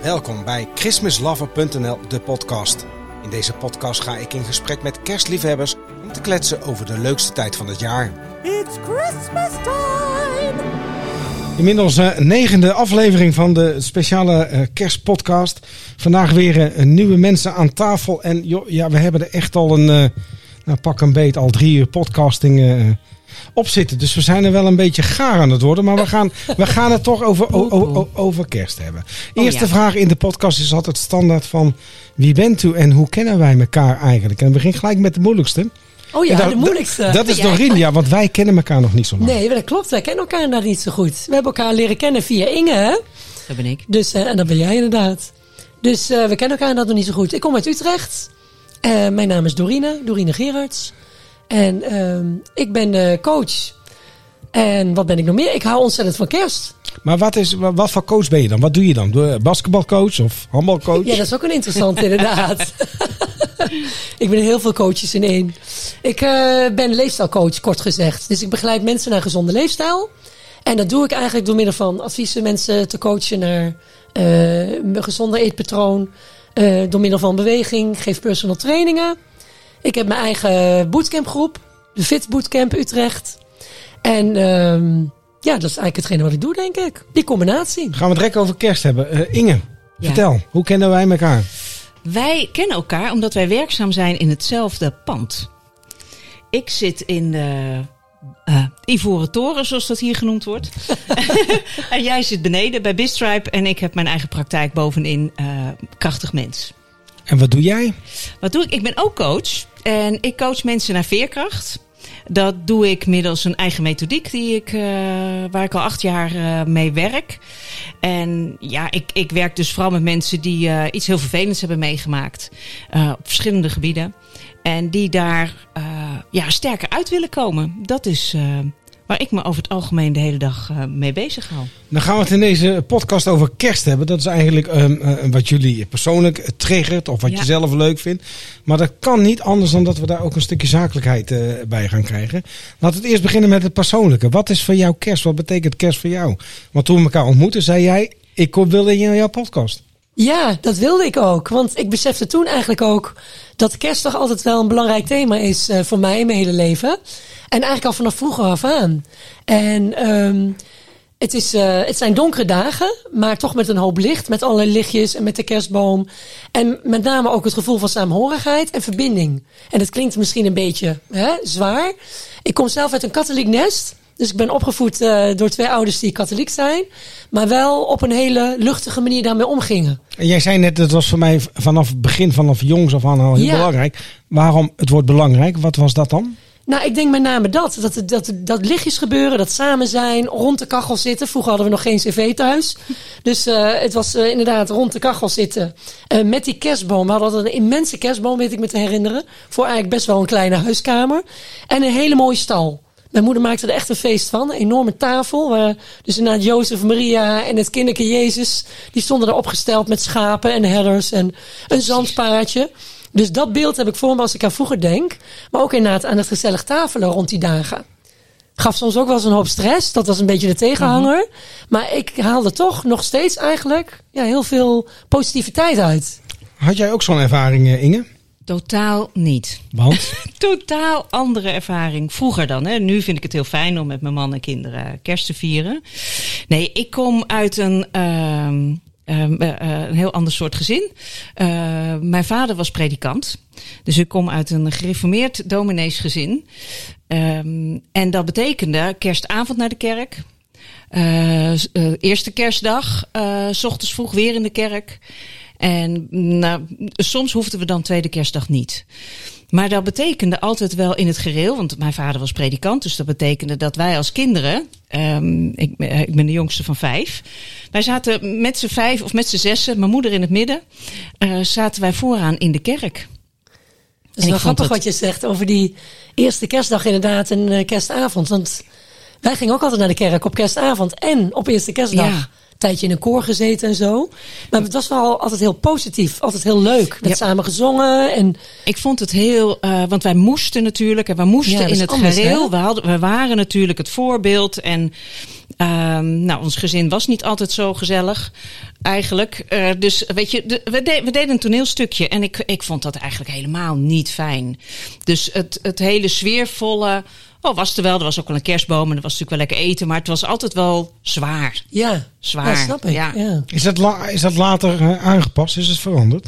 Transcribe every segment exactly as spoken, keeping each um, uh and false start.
Welkom bij Christmas Lover punt n l, de podcast. In deze podcast ga ik in gesprek met kerstliefhebbers om te kletsen over de leukste tijd van het jaar. It's Christmas time! Inmiddels uh, negende aflevering van de speciale uh, kerstpodcast. Vandaag weer uh, nieuwe mensen aan tafel. En joh, ja, we hebben er echt al een, uh, nou, pak een beet, al drie uur podcasting uh, op zitten. Dus we zijn er wel een beetje gaar aan het worden. Maar we gaan, we gaan het toch over, o, o, o, over kerst hebben. Eerste oh, ja. vraag in de podcast is altijd standaard van wie bent u en hoe kennen wij elkaar eigenlijk? En we beginnen gelijk met de moeilijkste. Oh ja, dat, de moeilijkste. Dat, dat is Dorien, ja, want wij kennen elkaar nog niet zo lang. Nee, dat klopt. Wij kennen elkaar inderdaad niet zo goed. We hebben elkaar leren kennen via Inge, hè? Dat ben ik. Dus, uh, en dat ben jij inderdaad. Dus uh, we kennen elkaar inderdaad nog niet zo goed. Ik kom uit Utrecht. Uh, mijn naam is Dorine, Dorine Gerards. En uh, ik ben uh, coach. En wat ben ik nog meer? Ik hou ontzettend van kerst. Maar wat, is, wat voor coach ben je dan? Wat doe je dan? Basketbalcoach of handbalcoach? Ja, dat is ook een interessant inderdaad. Ik ben heel veel coaches in één. Ik uh, ben leefstijlcoach, kort gezegd. Dus ik begeleid mensen naar gezonde leefstijl. En dat doe ik eigenlijk door middel van adviezen mensen te coachen naar uh, een gezonder eetpatroon. Uh, door middel van beweging. Ik geef personal trainingen. Ik heb mijn eigen bootcampgroep. De Fit Bootcamp Utrecht. En uh, ja, dat is eigenlijk hetgene wat ik doe, denk ik. Die combinatie. Gaan we het direct over kerst hebben. Uh, Inge, ja. Vertel. Hoe kennen wij elkaar? Wij kennen elkaar omdat wij werkzaam zijn in hetzelfde pand. Ik zit in de uh, Ivoren Toren, zoals dat hier genoemd wordt. En jij zit beneden bij Bistripe en ik heb mijn eigen praktijk bovenin. Uh, krachtig mens. En wat doe jij? Wat doe ik? Ik ben ook coach. En ik coach mensen naar veerkracht. Dat doe ik middels een eigen methodiek die ik, uh, waar ik al acht jaar uh, mee werk. En ja, ik, ik werk dus vooral met mensen die uh, iets heel vervelends hebben meegemaakt. Uh, op verschillende gebieden. En die daar uh, ja, sterker uit willen komen. Dat is uh, waar ik me over het algemeen de hele dag uh, mee bezig hou. Dan gaan we het in deze podcast over kerst hebben. Dat is eigenlijk um, uh, wat jullie persoonlijk triggert of wat ja. je zelf leuk vindt. Maar dat kan niet anders dan dat we daar ook een stukje zakelijkheid uh, bij gaan krijgen. Laten we het eerst beginnen met het persoonlijke. Wat is voor jou kerst? Wat betekent kerst voor jou? Want toen we elkaar ontmoetten, zei jij, ik wilde in jouw podcast. Ja, dat wilde ik ook. Want ik besefte toen eigenlijk ook dat kerst toch altijd wel een belangrijk thema is uh, voor mij in mijn hele leven. En eigenlijk al vanaf vroeger af aan. En um, het, is, uh, het zijn donkere dagen, maar toch met een hoop licht. Met allerlei lichtjes en met de kerstboom. En met name ook het gevoel van saamhorigheid en verbinding. En dat klinkt misschien een beetje hè, zwaar. Ik kom zelf uit een katholiek nest. Dus ik ben opgevoed uh, door twee ouders die katholiek zijn. Maar wel op een hele luchtige manier daarmee omgingen. En jij zei net, dat was voor mij vanaf het begin, vanaf jongs af aan al heel ja. belangrijk. Waarom het woord belangrijk? Wat was dat dan? Nou, ik denk met name dat. Dat, dat. dat lichtjes gebeuren, dat samen zijn, rond de kachel zitten. Vroeger hadden we nog geen cv thuis. Dus uh, het was uh, inderdaad rond de kachel zitten. Uh, met die kerstboom. We hadden altijd een immense kerstboom, weet ik me te herinneren. Voor eigenlijk best wel een kleine huiskamer. En een hele mooie stal. Mijn moeder maakte er echt een feest van. Een enorme tafel. Waar dus inderdaad Jozef, Maria en het kinderke Jezus. Die stonden er opgesteld met schapen en herders en een zandpaardje. Dus dat beeld heb ik voor me als ik aan vroeger denk. Maar ook inderdaad aan het gezellig tafelen rond die dagen. Gaf soms ook wel eens een hoop stress. Dat was een beetje de tegenhanger. Mm-hmm. Maar ik haalde toch nog steeds eigenlijk ja, heel veel positiviteit uit. Had jij ook zo'n ervaring, Inge? Totaal niet. Want? Totaal andere ervaring. Vroeger dan. Hè. Nu vind ik het heel fijn om met mijn man en kinderen kerst te vieren. Nee, ik kom uit een... Uh, Uh, uh, een heel ander soort gezin. Uh, mijn vader was predikant. Dus ik kom uit een gereformeerd domineesgezin. Um, en dat betekende kerstavond naar de kerk. Uh, uh, eerste kerstdag. Uh, 's ochtends vroeg weer in de kerk. En nou, soms hoefden we dan tweede kerstdag niet. Maar dat betekende altijd wel in het gereel, want mijn vader was predikant. Dus dat betekende dat wij als kinderen, um, ik, ik ben de jongste van vijf. Wij zaten met z'n vijf of met z'n zessen, mijn moeder in het midden, uh, zaten wij vooraan in de kerk. Dat is wel grappig het... wat je zegt over die eerste kerstdag inderdaad en uh, kerstavond. Want wij gingen ook altijd naar de kerk op kerstavond en op eerste kerstdag. Ja. Tijdje in een koor gezeten en zo. Maar het was wel altijd heel positief. Altijd heel leuk. Met ja. samen gezongen. En ik vond het heel... Uh, want wij moesten natuurlijk. En we moesten ja, in het anders, gereel. We, hadden, we waren natuurlijk het voorbeeld. En Um, nou, ons gezin was niet altijd zo gezellig, eigenlijk. Uh, dus weet je, de, we, de, we deden een toneelstukje en ik, ik vond dat eigenlijk helemaal niet fijn. Dus het, het hele sfeervolle... Oh, was er wel. Er was ook wel een kerstboom en er was natuurlijk wel lekker eten. Maar het was altijd wel zwaar. Ja, zwaar. Ja, snap ik. Ja. Ja. Is, dat la- is dat later uh, aangepast? Is het veranderd?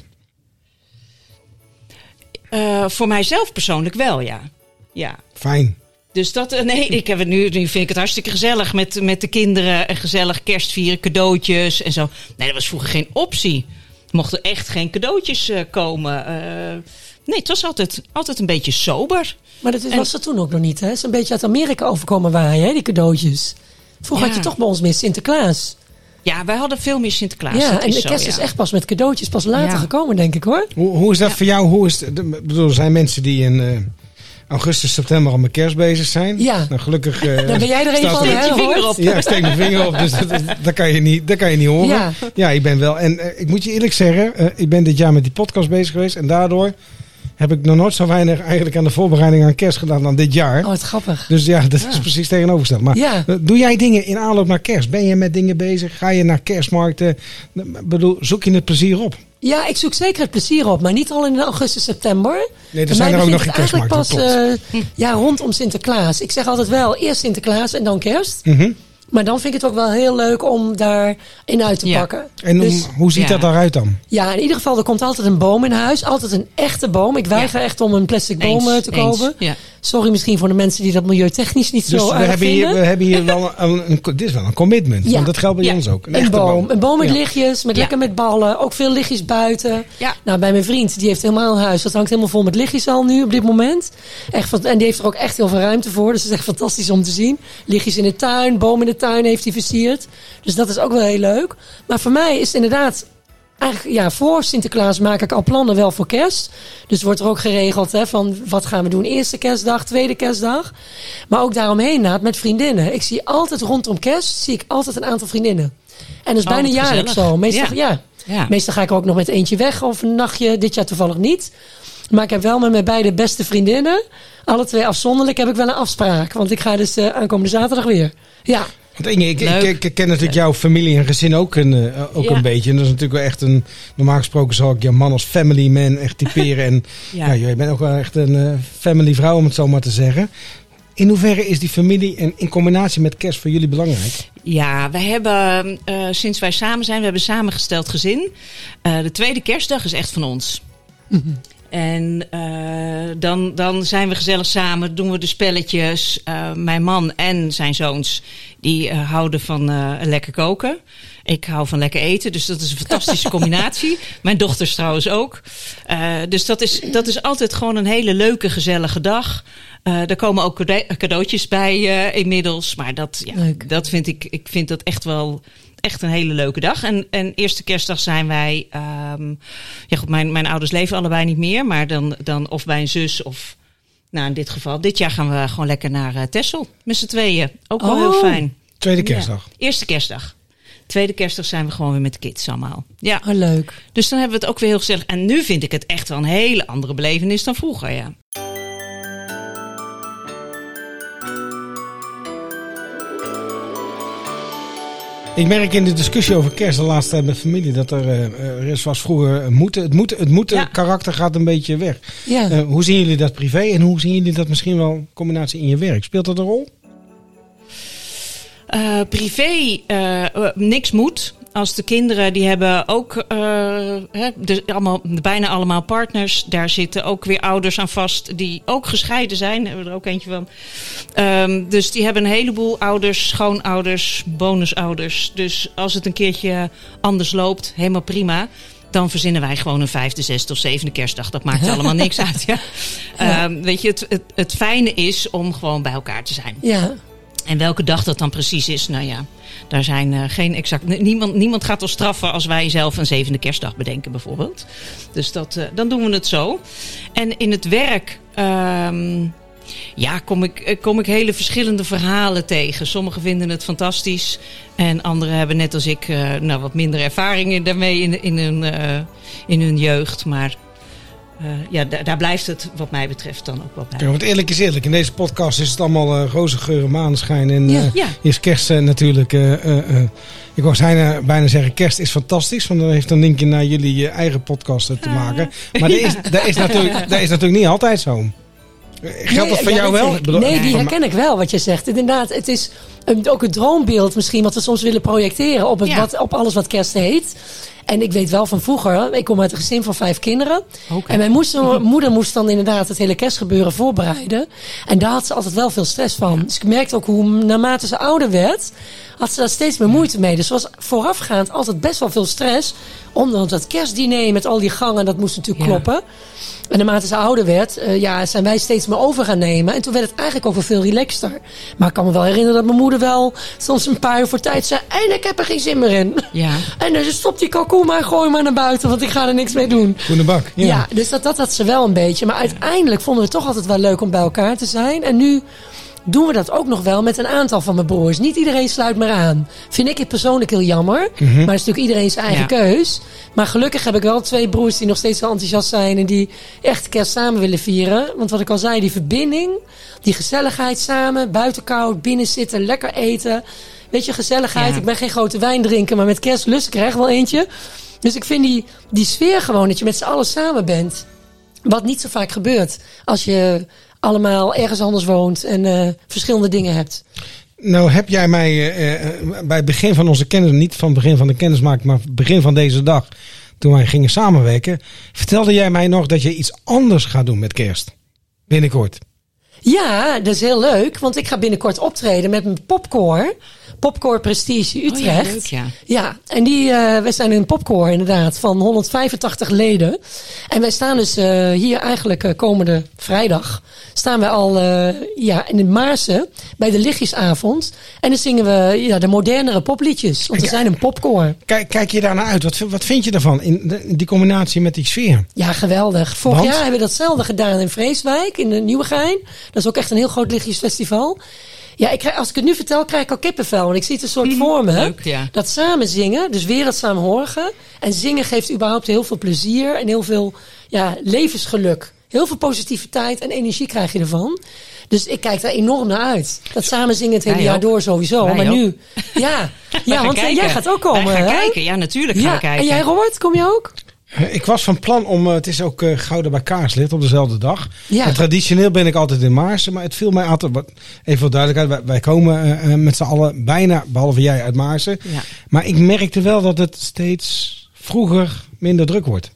Uh, voor mijzelf persoonlijk wel, ja. Ja. Fijn. Dus dat, nee, ik heb het nu, nu vind ik het hartstikke gezellig met, met de kinderen. En gezellig kerstvieren, cadeautjes en zo. Nee, dat was vroeger geen optie. Er mochten echt geen cadeautjes uh, komen. Uh, nee, het was altijd, altijd een beetje sober. Maar dat is, en, was er toen ook nog niet, hè? Het is een beetje uit Amerika overkomen waaien, hè, die cadeautjes. Vroeger ja. had je toch bij ons meer Sinterklaas. Ja, wij hadden veel meer Sinterklaas. Ja, dat en is de zo, kerst ja. is echt pas met cadeautjes pas later Ja. gekomen, denk ik, hoor. Hoe, hoe is dat Ja. voor jou? Hoe is het, ik bedoel, er zijn mensen die in uh, augustus, september al met kerst bezig zijn. Ja. Nou, gelukkig... Uh, Dan ben jij er een staat van, er- hè? Steek je vinger hoort? op. Ja, ik steek mijn vinger op, dus dat, dat, dat, kan je niet, dat kan je niet horen. Ja. Ja, ik ben wel. En uh, ik moet je eerlijk zeggen, uh, ik ben dit jaar met die podcast bezig geweest. En daardoor heb ik nog nooit zo weinig eigenlijk aan de voorbereiding aan kerst gedaan dan dit jaar. Oh, wat grappig. Dus ja, dat Ja. is precies tegenovergesteld. Maar Ja. uh, doe jij dingen in aanloop naar kerst? Ben je met dingen bezig? Ga je naar kerstmarkten? Uh, bedoel, zoek je het plezier op? Ja, ik zoek zeker het plezier op, maar niet al in augustus, september. Nee, er Bij zijn mij er ook nog begint geen het eigenlijk kerstmarkten. pas uh, ja, rondom Sinterklaas. Ik zeg altijd wel, eerst Sinterklaas en dan kerst. Mm-hmm. Maar dan vind ik het ook wel heel leuk om daar in uit te Ja. pakken. En hoe- Dus, hoe ziet ja. dat eruit dan? ja, in ieder geval, er komt altijd een boom in huis. Altijd een echte boom. Ik weiger echt om een plastic boom Eens, eh, te kopen. eens, ja. Sorry misschien voor de mensen die dat milieutechnisch niet Dus zo we erg hebben, hier, vinden. we hebben hier wel een, een, dit is wel een commitment. Ja. Want dat geldt bij Ja. ons ook. Een echte boom. Een boom met Ja. lichtjes, met Ja. lekker met ballen. Ook veel lichtjes buiten. Ja. Nou, bij mijn vriend, die heeft helemaal een huis. Dat hangt helemaal vol met lichtjes al nu op dit moment. Echt, van- en die heeft er ook echt heel veel ruimte voor. Dus dat is echt fantastisch om te zien. Lichtjes in de tuin, boom in de tuin heeft hij versierd. Dus dat is ook wel heel leuk. Maar voor mij is het inderdaad... Eigenlijk, ja, voor Sinterklaas maak ik al plannen wel voor kerst. Dus wordt er ook geregeld hè, van wat gaan we doen. Eerste kerstdag, tweede kerstdag. Maar ook daaromheen inderdaad met vriendinnen. Ik zie altijd rondom kerst zie ik altijd een aantal vriendinnen. En dat is Oh, bijna wat jaarlijks gezellig. zo. Meestal, ja. Ja. Ja. Meestal ga ik er ook nog met eentje weg of een nachtje. Dit jaar toevallig niet. Maar ik heb wel met mijn beide beste vriendinnen, alle twee afzonderlijk, heb ik wel een afspraak. Want ik ga dus uh, aankomende zaterdag weer. Ja. Want Inge, ik, Leuk. ik, ik ken natuurlijk jouw familie en gezin ook, een, uh, ook Ja. een beetje. En dat is natuurlijk wel echt een... Normaal gesproken zal ik je man als family man echt typeren. En ja. Ja. je bent ook wel echt een uh, family vrouw, om het zo maar te zeggen. In hoeverre is die familie en in combinatie met kerst voor jullie belangrijk? Ja, wij hebben uh, sinds wij samen zijn, we hebben een samengesteld gezin. Uh, de tweede kerstdag is echt van ons. Mm-hmm. En uh, dan, dan zijn we gezellig samen, doen we de spelletjes. Uh, mijn man en zijn zoons, die uh, houden van uh, lekker koken. Ik hou van lekker eten, dus dat is een fantastische combinatie. Mijn dochters trouwens ook. Uh, dus dat is, dat is altijd gewoon een hele leuke, gezellige dag. Uh, er komen ook cade- cadeautjes bij uh, inmiddels. Maar dat, ja, Leuk. dat vind ik, ik vind dat echt wel echt een hele leuke dag. En, en eerste kerstdag zijn wij... Um, ja goed, mijn, mijn ouders leven allebei niet meer. Maar dan, dan of bij een zus of... Nou, in dit geval. Dit jaar gaan we gewoon lekker naar uh, Texel. Met z'n tweeën. Ook wel Oh. heel fijn. Tweede kerstdag. Ja. Eerste kerstdag. Tweede kerstdag zijn we gewoon weer met de kids allemaal. Ja. Oh, leuk. Dus dan hebben we het ook weer heel gezellig. En nu vind ik het echt wel een hele andere belevenis dan vroeger, ja. Ik merk in de discussie over kerst de laatste tijd met familie dat er, uh, er is was vroeger moeten. Het moeten, het moeten Ja. karakter gaat een beetje weg. Ja. Uh, hoe zien jullie dat privé en hoe zien jullie dat misschien wel in combinatie in je werk? Speelt dat een rol? Uh, privé, uh, uh, niks moet. Als de kinderen, die hebben ook uh, hè, de, allemaal, bijna allemaal partners. Daar zitten ook weer ouders aan vast die ook gescheiden zijn. Daar hebben we er ook eentje van. Um, dus die hebben een heleboel ouders, schoonouders, bonusouders. Dus als het een keertje anders loopt, helemaal prima. Dan verzinnen wij gewoon een vijfde, zesde of zevende kerstdag. Dat maakt allemaal niks uit. Ja. Ja. Um, weet je, het, het, het fijne is om gewoon bij elkaar te zijn. Ja. En welke dag dat dan precies is, nou ja, daar zijn uh, geen exact... Niemand, niemand gaat ons straffen als wij zelf een zevende kerstdag bedenken bijvoorbeeld. Dus dat, uh, dan doen we het zo. En in het werk, um, ja, kom ik, kom ik hele verschillende verhalen tegen. Sommigen vinden het fantastisch en anderen hebben net als ik uh, nou, wat minder ervaringen daarmee in, in, hun, uh, in hun jeugd. Maar uh, ja, d- daar blijft het wat mij betreft dan ook wel bij. Ja, want eerlijk is eerlijk, in deze podcast is het allemaal uh, roze geuren, maneschijn. En Ja. uh, Ja. is kerst uh, natuurlijk... Uh, uh, uh, ik wou bijna, bijna zeggen, kerst is fantastisch. Want dat heeft een linkje naar jullie uh, eigen podcast uh, te Uh, maken. Maar dat, is, dat, is natuurlijk, dat is natuurlijk niet altijd zo. Geldt dat voor ja, jou dat- wel? Ik bedoel, nee, die van- herken ik wel wat je zegt. Inderdaad, het is een, ook een droombeeld misschien wat we soms willen projecteren op, het, Ja. wat, op alles wat kerst heet. En ik weet wel van vroeger, ik kom uit een gezin van vijf kinderen. Oké. En mijn moest, moeder moest dan inderdaad het hele kerstgebeuren voorbereiden. En daar had ze altijd wel veel stress van. Dus ik merkte ook hoe naarmate ze ouder werd, had ze daar steeds meer moeite mee. Dus er was voorafgaand altijd best wel veel stress. Omdat dat kerstdiner met al die gangen, dat moest natuurlijk Ja. kloppen. En naarmate ze ouder werd, uh, ja, zijn wij steeds meer over gaan nemen. En toen werd het eigenlijk ook wel veel relaxter. Maar ik kan me wel herinneren dat mijn moeder wel soms een paar uur voor tijd zei: en ik heb er geen zin meer in. Ja. En dan stop die kalkoen maar, gooi maar naar buiten, want ik ga er niks mee doen. Groene bak. Ja. Ja, dus dat, dat had ze wel een beetje. Maar uiteindelijk vonden we het toch altijd wel leuk om bij elkaar te zijn. En nu doen we dat ook nog wel met een aantal van mijn broers. Niet iedereen sluit maar aan. Vind ik het persoonlijk heel jammer. Mhm. Maar het is natuurlijk iedereen zijn eigen Ja. keus. Maar gelukkig heb ik wel twee broers die nog steeds wel enthousiast zijn. En die echt kerst samen willen vieren. Want wat ik al zei, die verbinding, die gezelligheid samen. Buiten koud, binnen zitten, lekker eten. Weet je, gezelligheid. Ja. Ik ben geen grote wijndrinker, maar met kerst lust ik er echt wel eentje. Dus ik vind die, die sfeer gewoon, dat je met z'n allen samen bent. Wat niet zo vaak gebeurt als je allemaal ergens anders woont en uh, verschillende dingen hebt. Nou heb jij mij uh, uh, bij het begin van onze kennis, niet van het begin van de kennismaking, maar het begin van deze dag, toen wij gingen samenwerken, vertelde jij mij nog dat je iets anders gaat doen met kerst. Binnenkort. Ja, dat is heel leuk, want ik ga binnenkort optreden met mijn popcore. Popcore Prestige Utrecht. Oh ja, leuk, ja. Ja, en die, uh, wij zijn een popcore inderdaad van honderdvijfentachtig leden. En wij staan dus uh, hier eigenlijk uh, komende vrijdag. Staan we al uh, ja, in de Maarsen bij de lichtjesavond. En dan zingen we ja, de modernere popliedjes. Want we zijn een popcore. Kijk, kijk je daarnaar uit? Wat, wat vind je daarvan? In, de, in die combinatie met die sfeer? Ja, geweldig. Vorig Want? jaar hebben we datzelfde gedaan in Vreeswijk, in de Nieuwegein. Dat is ook echt een heel groot lichtjesfestival. Ja, ik krijg, als ik het nu vertel, krijg ik al kippenvel. Want ik zie het een soort Mhm, voor me. leuk, ja. Dat samen zingen, dus wereldsamenhorigen. En zingen geeft überhaupt heel veel plezier en heel veel ja, levensgeluk. Heel veel positiviteit en energie krijg je ervan. Dus ik kijk daar enorm naar uit. Dat samen zingen het hele Wij jaar ook. door sowieso. Wij maar ook. nu, ja, ja want kijken. jij gaat ook komen. Wij gaan hè? kijken, ja natuurlijk gaan Ja, we kijken. en jij Robert, kom je ook? Uh, Ik was van plan om, uh, het is ook uh, Gouden bij Kaarslicht op dezelfde dag. Ja. En traditioneel ben ik altijd in Maarsen, maar het viel mij altijd, wat, even voor duidelijkheid, wij, wij komen uh, uh, met z'n allen bijna, behalve jij, uit Maarsen. Ja. Maar ik merkte wel dat het steeds vroeger minder druk wordt.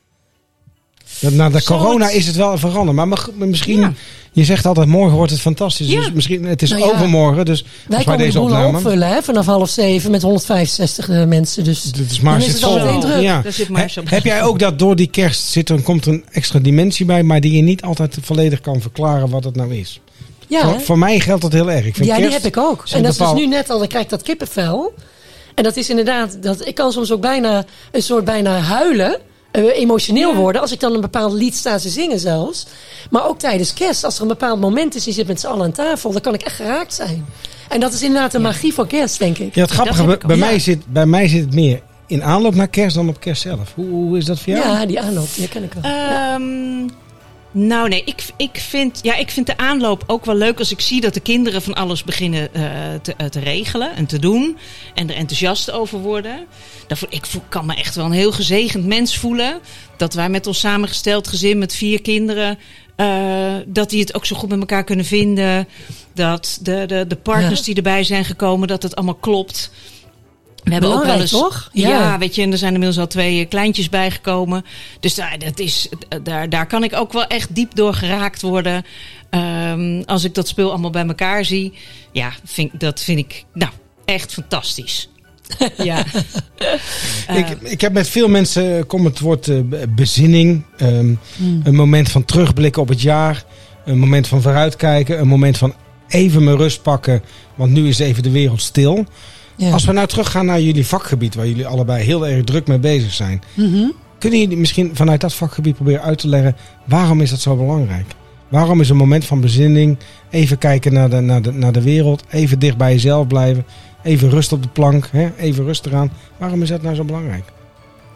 Dat, na de Zal corona het- is het wel veranderd. Maar mag- misschien, Ja. je zegt altijd morgen wordt het fantastisch. Ja. Dus misschien, het is Nou ja. overmorgen. Dus Wij als wij komen de deze boel opname. opvullen hè, vanaf half zeven met honderdvijfenzestig mensen. Dus Dit is dan Maars is zit het al vol. meteen druk. Ja. Daar zit Maars op. Heb jij ook dat door die kerst zit er, komt er een extra dimensie bij, maar die je niet altijd volledig kan verklaren wat het nou is? Ja, voor, hè? voor mij geldt dat heel erg. Ik vind Ja, die kerst heb ik ook. is En een dat is bepaald- dus nu net al, dan krijg ik dat kippenvel. En dat is inderdaad, dat, ik kan soms ook bijna een soort bijna huilen, uh, emotioneel Ja. worden, als ik dan een bepaald lied sta te zingen zelfs. Maar ook tijdens kerst, als er een bepaald moment is, je zit met z'n allen aan tafel, dan kan ik echt geraakt zijn. En dat is inderdaad de magie van kerst, denk ik. Ja, het grappige, heb bij, ik ook. bij, Ja. mij zit, bij mij zit het meer in aanloop naar kerst dan op kerst zelf. Hoe, hoe is dat voor jou? Ja, die aanloop, die ken ik wel. Ehm, nou nee, ik, ik, vind, ja, ik vind de aanloop ook wel leuk als ik zie dat de kinderen van alles beginnen uh, te, uh, te regelen en te doen. En er enthousiast over worden. Daarvoor, ik voel, kan me echt wel een heel gezegend mens voelen. Dat wij met ons samengesteld gezin met vier kinderen, uh, dat die het ook zo goed met elkaar kunnen vinden. Dat de, de, de partners Ja. die erbij zijn gekomen, dat het allemaal klopt. We hebben ook wel Belangrijk, eens, toch? Ja. Ja. weet je, en er zijn inmiddels al twee eh, kleintjes bijgekomen. Dus daar, dat is, daar, daar kan ik ook wel echt diep door geraakt worden. Um, als ik dat spul allemaal bij elkaar zie. Ja, vind, dat vind ik nou echt fantastisch. Ja. Uh, Ik, ik heb met veel mensen, komt het woord uh, bezinning, um, Hmm. een moment van terugblikken op het jaar, een moment van vooruitkijken, een moment van even mijn rust pakken, want nu is even de wereld stil. Ja. Als we nou teruggaan naar jullie vakgebied, waar jullie allebei heel erg druk mee bezig zijn, Mm-hmm. kunnen jullie misschien vanuit dat vakgebied proberen uit te leggen, waarom is dat zo belangrijk? Waarom is een moment van bezinning, even kijken naar de, naar de, naar de wereld, even dicht bij jezelf blijven, even rust op de plank, hè? Even rustig aan. Waarom is dat nou zo belangrijk?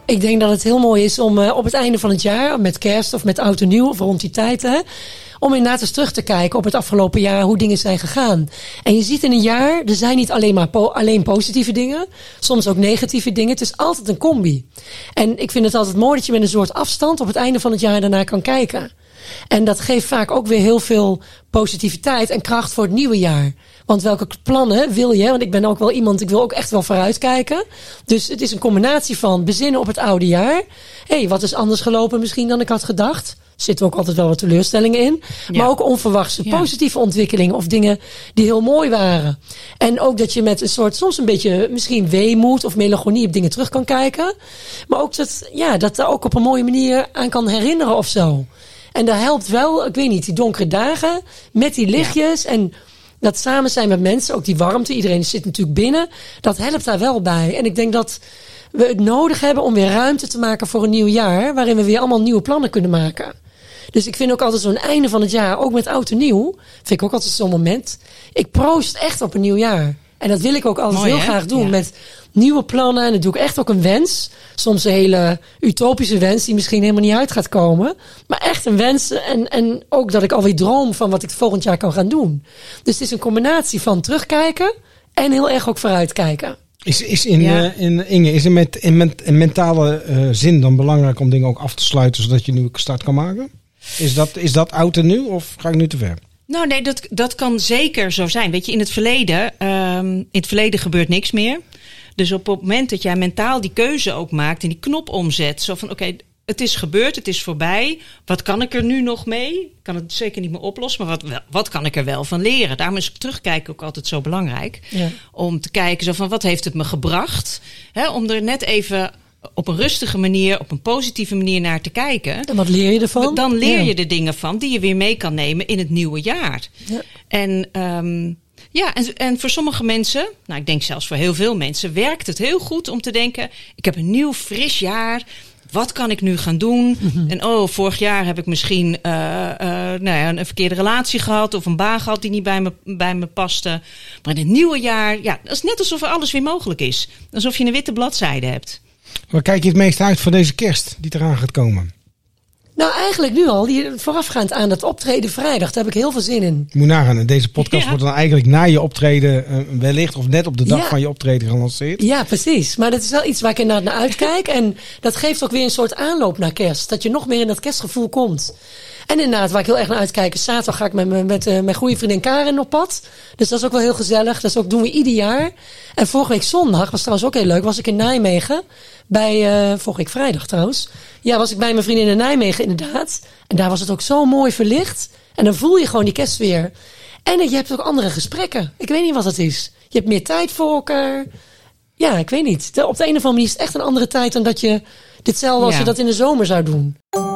Ik denk dat het heel mooi is om uh, op het einde van het jaar, met kerst of met oud en nieuw, of rond die tijd, hè, om inderdaad eens terug te kijken op het afgelopen jaar, hoe dingen zijn gegaan. En je ziet in een jaar, er zijn niet alleen maar po- alleen positieve dingen, soms ook negatieve dingen. Het is altijd een combi. En ik vind het altijd mooi dat je met een soort afstand op het einde van het jaar daarna kan kijken. En dat geeft vaak ook weer heel veel positiviteit en kracht voor het nieuwe jaar. Want welke plannen wil je? Want ik ben ook wel iemand, ik wil ook echt wel vooruitkijken. Dus het is een combinatie van bezinnen op het oude jaar. Hé, hey, wat is anders gelopen misschien dan ik had gedacht? Er zitten ook altijd wel wat teleurstellingen in. Ja. Maar ook onverwachte ja. positieve ontwikkelingen of dingen die heel mooi waren. En ook dat je met een soort, soms een beetje misschien weemoed of melancholie op dingen terug kan kijken. Maar ook dat, ja, dat er ook op een mooie manier aan kan herinneren of zo. En dat helpt wel, ik weet niet, die donkere dagen met die lichtjes ja. en dat samen zijn met mensen, ook die warmte, iedereen zit natuurlijk binnen, dat helpt daar wel bij. En ik denk dat we het nodig hebben om weer ruimte te maken voor een nieuw jaar, waarin we weer allemaal nieuwe plannen kunnen maken. Dus ik vind ook altijd zo'n einde van het jaar, ook met oud en nieuw, vind ik ook altijd zo'n moment. Ik proost echt op een nieuw jaar. En dat wil ik ook altijd Mooi, heel hè? graag doen ja. met nieuwe plannen. En dat doe ik echt ook een wens. Soms een hele utopische wens die misschien helemaal niet uit gaat komen. Maar echt een wens. En, en ook dat ik alweer droom van wat ik volgend jaar kan gaan doen. Dus het is een combinatie van terugkijken en heel erg ook vooruitkijken. Is, is in, ja. uh, in Inge, is het met, in, met, in mentale uh, zin dan belangrijk om dingen ook af te sluiten zodat je een nieuwe start kan maken? Is dat, is dat oud en nieuw of ga ik nu te ver? Nou nee, dat, dat kan zeker zo zijn. Weet je, in het verleden, um, in het verleden gebeurt niks meer. Dus op het moment dat jij mentaal die keuze ook maakt en die knop omzet, zo van oké, okay, het is gebeurd, het is voorbij. Wat kan ik er nu nog mee? Ik kan het zeker niet meer oplossen, maar wat, wat kan ik er wel van leren? Daarom is terugkijken ook altijd zo belangrijk. Ja. Om te kijken zo van wat heeft het me gebracht? Hè, om er net even op een rustige manier, op een positieve manier naar te kijken. En wat leer je ervan? Dan leer ja. je er dingen van die je weer mee kan nemen in het nieuwe jaar. Ja. En um, ja, en, en voor sommige mensen, nou ik denk zelfs voor heel veel mensen, werkt het heel goed om te denken, ik heb een nieuw fris jaar. Wat kan ik nu gaan doen? Mm-hmm. En oh, vorig jaar heb ik misschien uh, uh, nou ja, een verkeerde relatie gehad of een baan gehad die niet bij me, bij me paste. Maar in het nieuwe jaar, ja, dat is net alsof er alles weer mogelijk is. Alsof je een witte bladzijde hebt. Waar kijk je het meest uit voor deze kerst die eraan gaat komen? Nou, eigenlijk nu al. Die, voorafgaand aan dat optreden vrijdag. Daar heb ik heel veel zin in. Je moet nagaan. Deze podcast ja. wordt dan eigenlijk na je optreden uh, wellicht of net op de dag ja. van je optreden gelanceerd. Ja, precies. Maar dat is wel iets waar ik inderdaad naar uitkijk. En dat geeft ook weer een soort aanloop naar kerst. Dat je nog meer in dat kerstgevoel komt. En inderdaad, waar ik heel erg naar uitkijk, is zaterdag ga ik met, met, met uh, mijn goede vriendin Karen op pad. Dus dat is ook wel heel gezellig. Dat is ook, doen we ieder jaar. En vorige week zondag, was trouwens ook heel leuk, was ik in Nijmegen. Bij, uh, vorige week vrijdag trouwens. Ja, was ik bij mijn vriendin in Nijmegen inderdaad. En daar was het ook zo mooi verlicht. En dan voel je gewoon die kerstsfeer. En uh, je hebt ook andere gesprekken. Ik weet niet wat het is. Je hebt meer tijd voor elkaar. Ja, ik weet niet. De, op de een of andere manier is het echt een andere tijd dan dat je ditzelfde als ja. je dat in de zomer zou doen.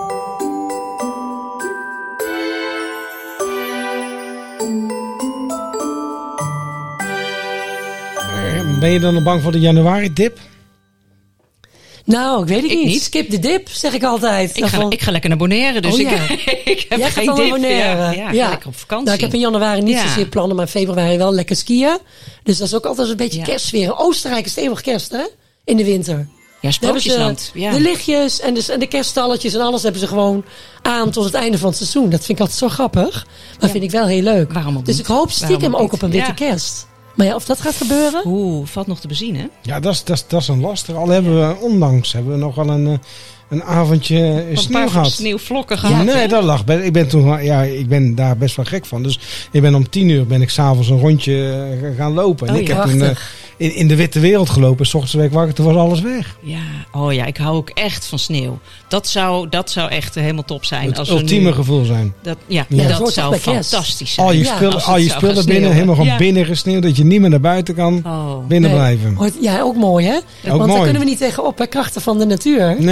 Ben je dan nog bang voor de januari-dip? Nou, ik weet het ik niet. niet. Skip de dip, zeg ik altijd. Ik ga, ik ga lekker naar Bonaire, dus oh, ja. ik, ik heb Jij geen gaat dip. Bonaire. Ja, ja, ja. Lekker op vakantie. Nou, ik heb in januari niet ja. zozeer plannen, maar in februari wel lekker skiën. Dus dat is ook altijd een beetje ja. kerstsfeer. Oostenrijk is eeuwig kerst, hè? In de winter. Ja, sprookjesland. Ja. De lichtjes en de, en de kerststalletjes en alles hebben ze gewoon aan tot het einde van het seizoen. Dat vind ik altijd zo grappig. Maar ja. vind ik wel heel leuk. Waarom ook dus ik hoop stiekem ook, ook op een witte ja. kerst. Maar ja, of dat gaat gebeuren? Oeh, valt nog te bezien, hè? Ja, dat is, dat is, dat is een lastig. Al hebben we onlangs hebben we nog wel een, een avondje een sneeuw gehad. Sneeuwvlokken gehad. Ja, nee, dat lag. Ik ben toen, ja, ik ben daar best wel gek van. Dus ik ben om tien uur ben ik s'avonds een rondje gaan lopen. En oh, ik heb toen uh, in, in de witte wereld gelopen. 's Ochtends week wakker, toen was alles weg. Ja, oh ja, ik hou ook echt van sneeuw. Dat zou, dat zou echt helemaal top zijn. Het als ultieme nu, gevoel zijn. Dat, ja, ja, dat, dat zou fantastisch zijn. Al je ja, spullen, al je spullen binnen, helemaal gewoon ja. binnen gesneeuwd. Dat je niet meer naar buiten kan, oh, binnen nee. blijven. Ja, ook mooi hè? Ook Want mooi. Daar kunnen we niet tegenop, hè? Krachten van de natuur. Nee. Winterse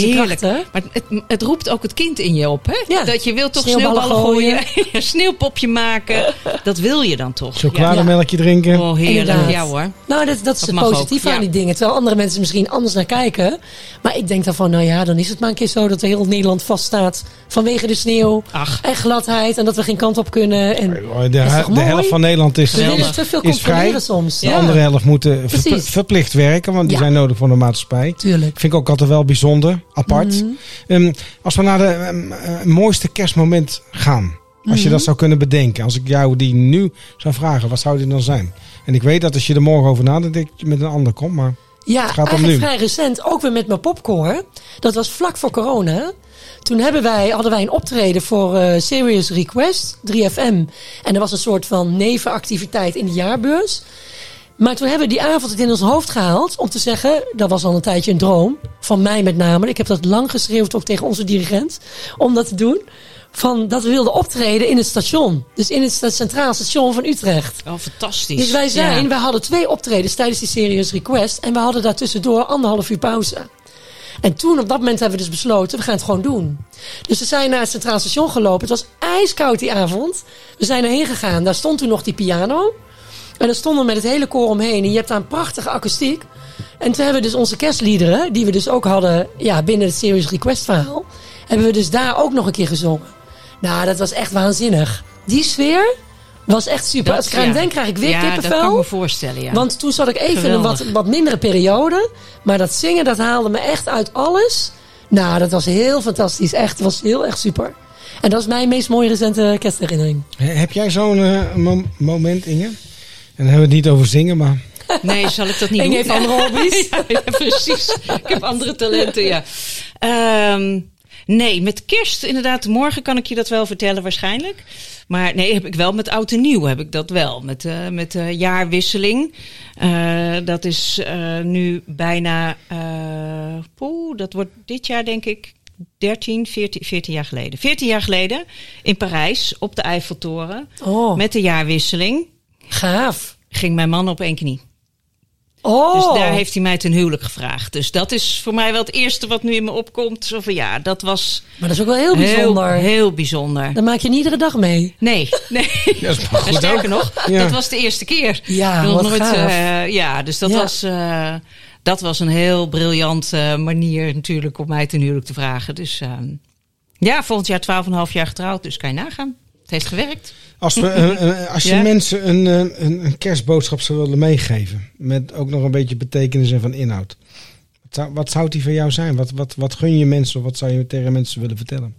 heerlijk. kracht, hè? Maar het, het roept ook het kind in je op, hè? Ja. Dat je wil toch Sneeuwballen sneeuwballen gooien, een sneeuwpopje maken. Dat wil je dan toch? Chocolademelkje drinken. Oh, heerlijk. Inderdaad. Ja hoor. Nou, dat, dat is Dat het mag positieve ook, aan ja. die dingen. Terwijl andere mensen misschien anders naar kijken. Maar ik denk dan van, nou ja, dan is het maar een keer zo dat heel Nederland vaststaat vanwege de sneeuw Ach. en gladheid en dat we geen kant op kunnen. En De, dat is toch de mooi? helft van Nederland is, we willen is, te veel is vrij. controleren soms. De Ja, andere helft moeten verpl- Precies. verplicht werken, want die Ja. zijn nodig voor de maatschappij. tuurlijk. Vind ik ook altijd wel bijzonder, apart. Mhm. Um, als we naar de um, uh, mooiste kerstmoment gaan. Als je Mhm. dat zou kunnen bedenken. Als ik jou die nu zou vragen, wat zou die dan zijn? En ik weet dat als je er morgen over nadenkt, dat je met een ander komt. Maar Ja, Het gaat om eigenlijk nu. vrij recent, ook weer met mijn popcorn. Dat was vlak voor corona. Toen hebben wij, hadden wij een optreden voor uh, Serious Request, drie F M. En er was een soort van nevenactiviteit in de jaarbeurs. Maar toen hebben we die avond het in ons hoofd gehaald om te zeggen, dat was al een tijdje een droom, van mij met name. Ik heb dat lang geschreeuwd ook tegen onze dirigent, om dat te doen. Van dat we wilden optreden in het station. Dus in het sta- Centraal Station van Utrecht. Oh, fantastisch. Dus wij zijn, Ja. wij hadden twee optredens tijdens die Serious Request. En we hadden daartussendoor anderhalf uur pauze. En toen, op dat moment, hebben we dus besloten, we gaan het gewoon doen. Dus we zijn naar het Centraal Station gelopen. Het was ijskoud die avond. We zijn erheen gegaan. Daar stond toen nog die piano. En daar stonden we met het hele koor omheen. En je hebt daar een prachtige akoestiek. En toen hebben we dus onze kerstliederen, die we dus ook hadden ja, binnen het Serious Request verhaal, hebben we dus daar ook nog een keer gezongen. Nou, dat was echt waanzinnig. Die sfeer was echt super. Dat- Als ik eraan ja. denk, krijg ik weer Ja, kippenvel. dat kan ik me voorstellen, ja. Want toen zat ik even in een wat, Geweldig. wat mindere periode. Maar dat zingen, dat haalde me echt uit alles. Nou, dat was heel fantastisch. Echt, het was heel erg super. En dat is mijn meest mooie recente kerstherinnering. he- heb jij zo'n uh, mo- moment, Inge? En dan hebben we het niet over zingen, maar Nee, zal ik dat niet Inge doen? heeft andere hobby's. ja, ja, precies. Ik heb andere talenten, ja. Ehm, nee, met kerst inderdaad. Morgen kan ik je dat wel vertellen waarschijnlijk. Maar nee, heb ik wel met oud en nieuw heb ik dat wel. Met, uh, met de jaarwisseling. Uh, dat is uh, nu bijna... Uh, poeh, dat wordt dit jaar denk ik dertien, veertien, veertien jaar geleden. veertien jaar geleden in Parijs op de Eiffeltoren. Oh, Met de jaarwisseling gaaf. ging mijn man op één knie. Oh, Dus daar heeft hij mij ten huwelijk gevraagd. Dus dat is voor mij wel het eerste wat nu in me opkomt. Zo van ja, dat was maar dat is ook wel heel heel, bijzonder. heel bijzonder. Dat maak je niet iedere dag mee. Nee, nee. dat is maar En goed ook. sterker nog, Ja. dat was de eerste keer. Ja, Nog wat nooit, gaaf. eh, ja, dus dat Ja. was, uh, dat was een heel briljante manier natuurlijk om mij ten huwelijk te vragen. Dus uh, ja, volgend jaar twaalf en een half jaar getrouwd. Dus kan je nagaan. Het heeft gewerkt. Als, we, uh, uh, als je Ja. mensen een, uh, een, een kerstboodschap zou willen meegeven, met ook nog een beetje betekenis en van inhoud, wat zou, wat zou die voor jou zijn? Wat, wat, wat gun je mensen of wat zou je tegen mensen willen vertellen?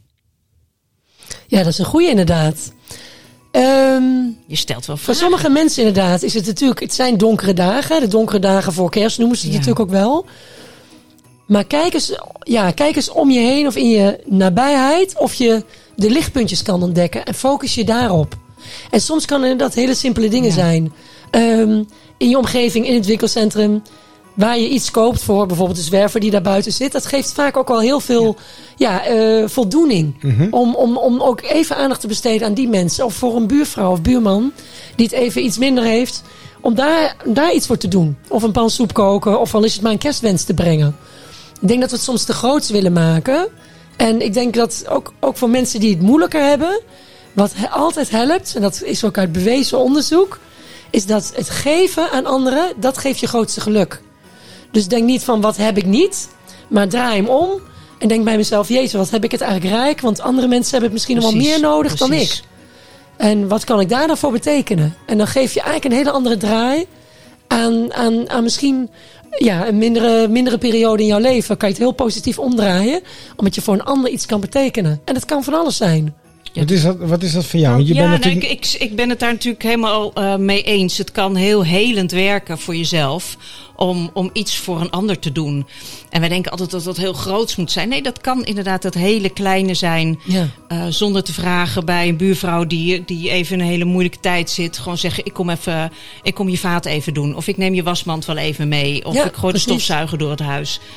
Ja, dat is een goeie inderdaad. Ehm Je stelt wel Voor vragen. sommige mensen inderdaad is het natuurlijk... Het zijn donkere dagen. De donkere dagen voor kerst noemen ze het Ja. natuurlijk ook wel. Maar kijk eens, ja, kijk eens om je heen of in je nabijheid... of je de lichtpuntjes kan ontdekken. En focus je daarop. En soms kan inderdaad hele simpele dingen Ja. zijn. Ehm, in je omgeving, in het winkelcentrum... waar je iets koopt voor bijvoorbeeld de zwerver die daar buiten zit. Dat geeft vaak ook wel heel veel ja. Ja, uh, voldoening. Mhm. Om, om, om ook even aandacht te besteden aan die mensen. Of voor een buurvrouw of buurman die het even iets minder heeft. Om daar, daar iets voor te doen. Of een pan soep koken. Of al is het maar een kerstwens te brengen. Ik denk dat we het soms te groot willen maken. En ik denk dat ook, ook voor mensen die het moeilijker hebben. Wat he- altijd helpt. En dat is ook uit bewezen onderzoek. Is dat het geven aan anderen. Dat geeft je grootste geluk. Dus denk niet van wat heb ik niet. Maar draai hem om. En denk bij mezelf, jezus, wat heb ik het eigenlijk rijk? Want andere mensen hebben het misschien nog wel Precies, meer nodig dan precies. ik. En wat kan ik daar dan voor betekenen? En dan geef je eigenlijk een hele andere draai aan, aan, aan misschien ja, een mindere, mindere periode in jouw leven. Kan je het heel positief omdraaien, omdat je voor een ander iets kan betekenen. En dat kan van alles zijn. Ja. Wat, is dat, wat is dat voor jou? Nou, Want je ja, bent nou, natuurlijk... ik, ik, ik ben het daar natuurlijk helemaal uh, mee eens. Het kan heel helend werken voor jezelf om, om iets voor een ander te doen. En wij denken altijd dat dat heel groots moet zijn. Nee, dat kan inderdaad dat hele kleine zijn. Ja. Uh, zonder te vragen bij een buurvrouw die, die even in een hele moeilijke tijd zit. Gewoon zeggen, ik kom, even, ik kom je vaat even doen. Of ik neem je wasmand wel even mee. Of Ja, ik gooi precies. de stofzuiger door het huis.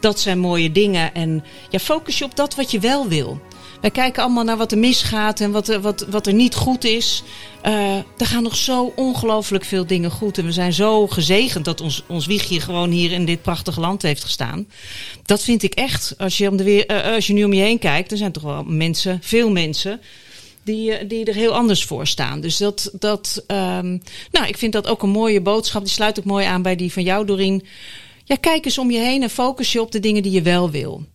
dat zijn mooie dingen. En ja, focus je op dat wat je wel wil. Wij kijken allemaal naar wat er misgaat en wat er, wat, wat er niet goed is. Uh, er gaan nog zo ongelooflijk veel dingen goed. En we zijn zo gezegend dat ons, ons wiegje gewoon hier in dit prachtige land heeft gestaan. Dat vind ik echt. Als je, om de weer, uh, als je nu om je heen kijkt, er zijn toch wel mensen, veel mensen, die, die er heel anders voor staan. Dus dat, dat um, nou, ik vind dat ook een mooie boodschap. Die sluit ook mooi aan bij die van jou, Dorien. Ja, kijk eens om je heen en focus je op de dingen die je wel wil.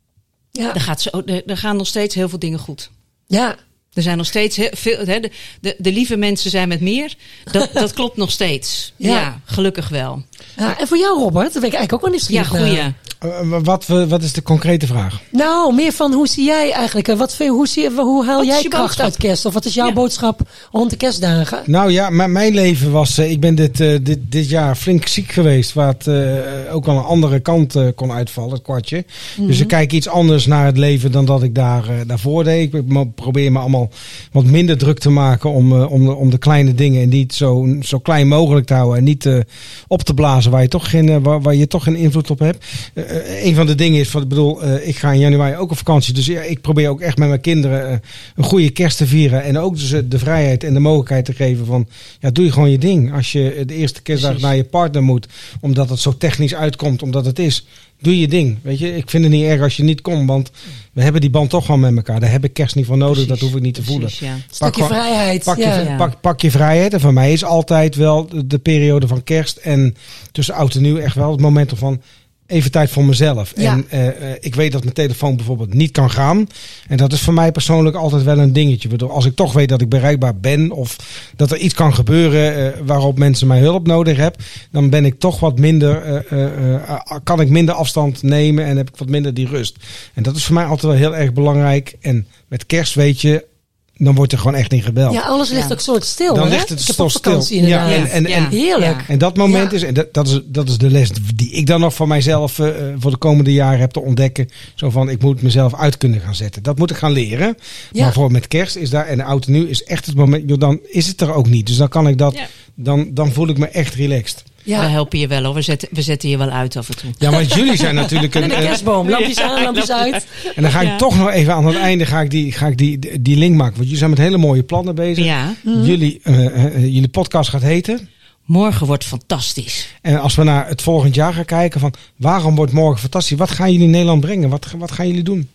Ja. Er, gaat zo, er, er gaan nog steeds heel veel dingen goed. Ja. Er zijn nog steeds heel veel. Hè, de, de, de lieve mensen zijn met meer. Dat, dat klopt nog steeds. Ja. ja, gelukkig wel. Ja, en voor jou, Robert, dat ben ik eigenlijk ook wel nieuwsgierig. Ja, goeie. Uh, wat, wat is de concrete vraag? Nou, meer van hoe zie jij eigenlijk, wat, hoe, zie, hoe haal wat jij je kracht boodschap? uit kerst? Of wat is jouw ja. boodschap rond de kerstdagen? Nou ja, m- mijn leven was, uh, ik ben dit, uh, dit, dit jaar flink ziek geweest, waar het uh, ook al een andere kant uh, kon uitvallen, het kwartje. Mm-hmm. Dus ik kijk iets anders naar het leven dan dat ik daar, uh, daarvoor deed. Ik m- probeer me allemaal wat minder druk te maken om, uh, om, de, om de kleine dingen en niet zo, zo klein mogelijk te houden en niet uh, op te blazen waar je toch geen, uh, waar, waar je toch geen invloed op hebt. Uh, een van de dingen is, van, ik bedoel, uh, ik ga in januari ook op vakantie. Dus ja, ik probeer ook echt met mijn kinderen uh, een goede kerst te vieren. En ook dus de vrijheid en de mogelijkheid te geven van, ja, doe je gewoon je ding. Als je de eerste kerstdag Precies. naar je partner moet, omdat het zo technisch uitkomt, omdat het is, doe je ding. Weet je, ik vind het niet erg als je niet komt, want we hebben die band toch wel met elkaar. Daar heb ik kerst niet voor nodig, Precies. dat hoef ik niet te Precies, voelen. Ja. Pak Stukje vrijheid. Pak, ja. je, pak, pak je vrijheid. En voor mij is altijd wel de periode van kerst en tussen oud en nieuw echt wel het moment van even tijd voor mezelf. Ja. En uh, uh, ik weet dat mijn telefoon bijvoorbeeld niet kan gaan. En dat is voor mij persoonlijk altijd wel een dingetje. Bedoel, als ik toch weet dat ik bereikbaar ben of dat er iets kan gebeuren uh, waarop mensen mijn hulp nodig hebben, dan ben ik toch wat minder, uh, uh, uh, kan ik minder afstand nemen en heb ik wat minder die rust. En dat is voor mij altijd wel heel erg belangrijk. En met kerst weet je, dan wordt er gewoon echt niet gebeld. Ja, alles ligt ja. ook soort stil. Dan hè? ligt het toch stil. Ja, en, en, ja. en, heerlijk. Ja. En dat moment ja. is, en dat, dat is, dat is de les die ik dan nog voor mijzelf uh, voor de komende jaren heb te ontdekken. Zo van, ik moet mezelf uit kunnen gaan zetten. Dat moet ik gaan leren. Ja. Maar voor met kerst is daar, en oud en nieuw is echt het moment, joh, dan is het er ook niet. Dus dan kan ik dat, ja. dan, dan voel ik me echt relaxed. Ja. We helpen je wel hoor. We zetten, we zetten je wel uit af en toe. Ja, maar jullie zijn natuurlijk een... En een kerstboom. Lampjes ja, aan, lampjes uit. En dan ga ik ja. toch nog even aan het einde ga ik die, ga ik die, die link maken. Want jullie zijn met hele mooie plannen bezig. Ja. Mm-hmm. Jullie, uh, uh, jullie podcast gaat heten... Morgen wordt fantastisch. En als we naar het volgend jaar gaan kijken van... waarom wordt morgen fantastisch? Wat gaan jullie in Nederland brengen? Wat, wat gaan jullie doen?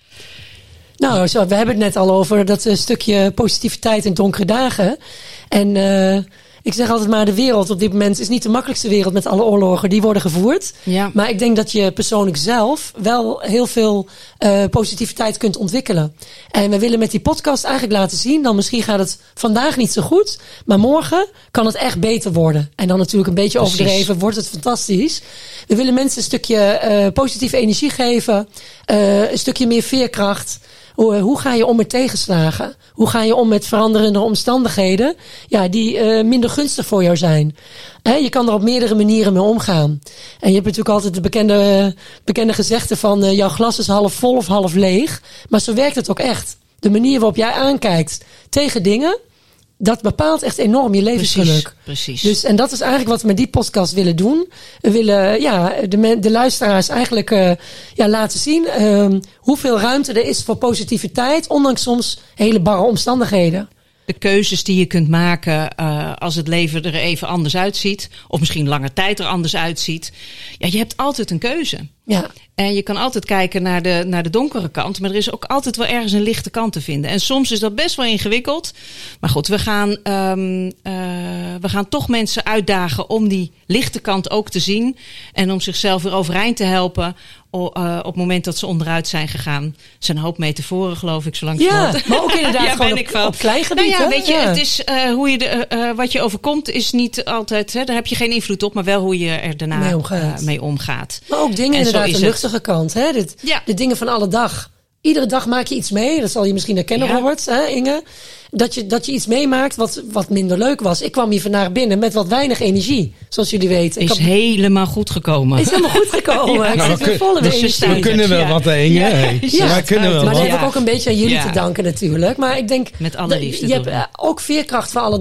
Nou, zo, we hebben het net al over dat uh, stukje positiviteit in donkere dagen. En... Uh, Ik zeg altijd maar, de wereld op dit moment is niet de makkelijkste wereld met alle oorlogen die worden gevoerd. Ja. Maar ik denk dat je persoonlijk zelf wel heel veel uh, positiviteit kunt ontwikkelen. En we willen met die podcast eigenlijk laten zien, dan misschien gaat het vandaag niet zo goed, maar morgen kan het echt beter worden. En dan natuurlijk een beetje Precies. overdreven, wordt het fantastisch. We willen mensen een stukje uh, positieve energie geven, uh, een stukje meer veerkracht. Hoe, hoe ga je om met tegenslagen? Hoe ga je om met veranderende omstandigheden? Ja, die uh, minder gunstig voor jou zijn. He, je kan er op meerdere manieren mee omgaan. En je hebt natuurlijk altijd de bekende, bekende gezegde van uh, jouw glas is half vol of half leeg. Maar zo werkt het ook echt. De manier waarop jij aankijkt tegen dingen, dat bepaalt echt enorm je levensgeluk. Precies, precies. Dus, en dat is eigenlijk wat we met die podcast willen doen. We willen ja, de, de luisteraars eigenlijk uh, ja, laten zien uh, hoeveel ruimte er is voor positiviteit, ondanks soms hele barre omstandigheden. De keuzes die je kunt maken uh, als het leven er even anders uitziet. Of misschien langer tijd er anders uitziet. Ja, je hebt altijd een keuze. Ja. En je kan altijd kijken naar de, naar de donkere kant. Maar er is ook altijd wel ergens een lichte kant te vinden. En soms is dat best wel ingewikkeld. Maar goed, we gaan, um, uh, we gaan toch mensen uitdagen om die lichte kant ook te zien. En om zichzelf weer overeind te helpen. O, uh, op het moment dat ze onderuit zijn gegaan. Er zijn een hoop metaforen, geloof ik, zolang ja, maar ook inderdaad ja, gewoon op, op klein gebied. Nou ja, weet je, ja. het is uh, hoe je de, uh, wat je overkomt is niet altijd, hè, daar heb je geen invloed op, maar wel hoe je er daarna mee omgaat. Uh, mee omgaat. Maar ook dingen en inderdaad, de luchtige het. kant. Hè? Dit, ja. De dingen van alle dag. Iedere dag maak je iets mee. Dat zal je misschien herkennen, ja. Robert, hè, Inge. Dat je, dat je iets meemaakt wat, wat minder leuk was. Ik kwam hier vandaag binnen met wat weinig energie. Zoals jullie weten. Is ik had... helemaal goed gekomen. Is helemaal goed gekomen. ja. Ik nou, zit weer volle dus energie. We kunnen wel ja. wat, Inge. Ja. Hey. Ja. Wij kunnen wel maar wat. dat heb ik ook een beetje aan jullie ja. te danken natuurlijk. Maar ik denk, met alle liefde. Je hebt uh, ook veerkracht voor alle dag.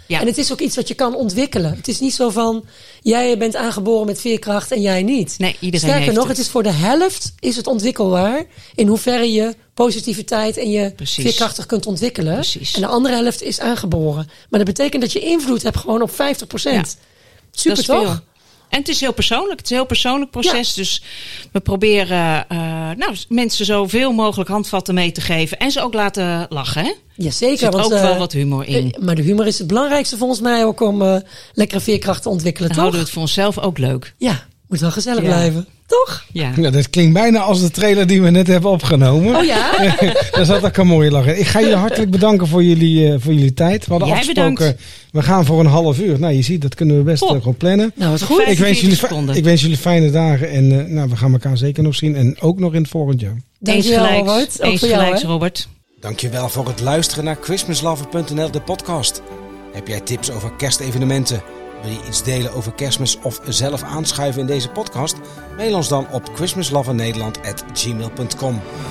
Ja. En het is ook iets wat je kan ontwikkelen. Het is niet zo van, jij bent aangeboren met veerkracht en jij niet. Nee, iedereen Sterker heeft nog, het. het is voor de helft is het ontwikkelbaar. In hoeverre je positiviteit en je Precies. veerkrachtig kunt ontwikkelen. Precies. En de andere helft is aangeboren. Maar dat betekent dat je invloed hebt gewoon op vijftig procent. Super dat is toch? veel. En het is heel persoonlijk. Het is een heel persoonlijk proces. Ja. Dus we proberen uh, nou, mensen zoveel mogelijk handvatten mee te geven. En ze ook laten lachen. Hè? Ja, zeker. Er zit want, ook uh, wel wat humor in. Uh, maar de humor is het belangrijkste volgens mij ook om uh, lekkere veerkracht te ontwikkelen. Dan toch? houden we het voor onszelf ook leuk. Ja, moet wel gezellig ja. blijven. Toch? Ja. Ja, dat klinkt bijna als de trailer die we net hebben opgenomen. Oh ja? Daar zat ook een mooie lach in. Ik ga jullie hartelijk bedanken voor jullie, uh, voor jullie tijd. We hadden Jij afgesproken, bedankt. we gaan voor een half uur. Nou, je ziet, dat kunnen we best Oh. uh, gewoon plannen. Nou, wat goed. Ik wens, jullie, seconden. ik wens jullie fijne dagen. En uh, nou, we gaan elkaar zeker nog zien. En ook nog in het volgend jaar. Dankjewel, Eens Robert. gelijks, Ook eens voor jou, gelijks hè? Robert. Dankjewel voor het luisteren naar christmaslover punt n l, de podcast. Heb jij tips over kerstevenementen? Wil je iets delen over Kerstmis of zelf aanschuiven in deze podcast? Mail ons dan op christmaslovernederland at gmail punt com.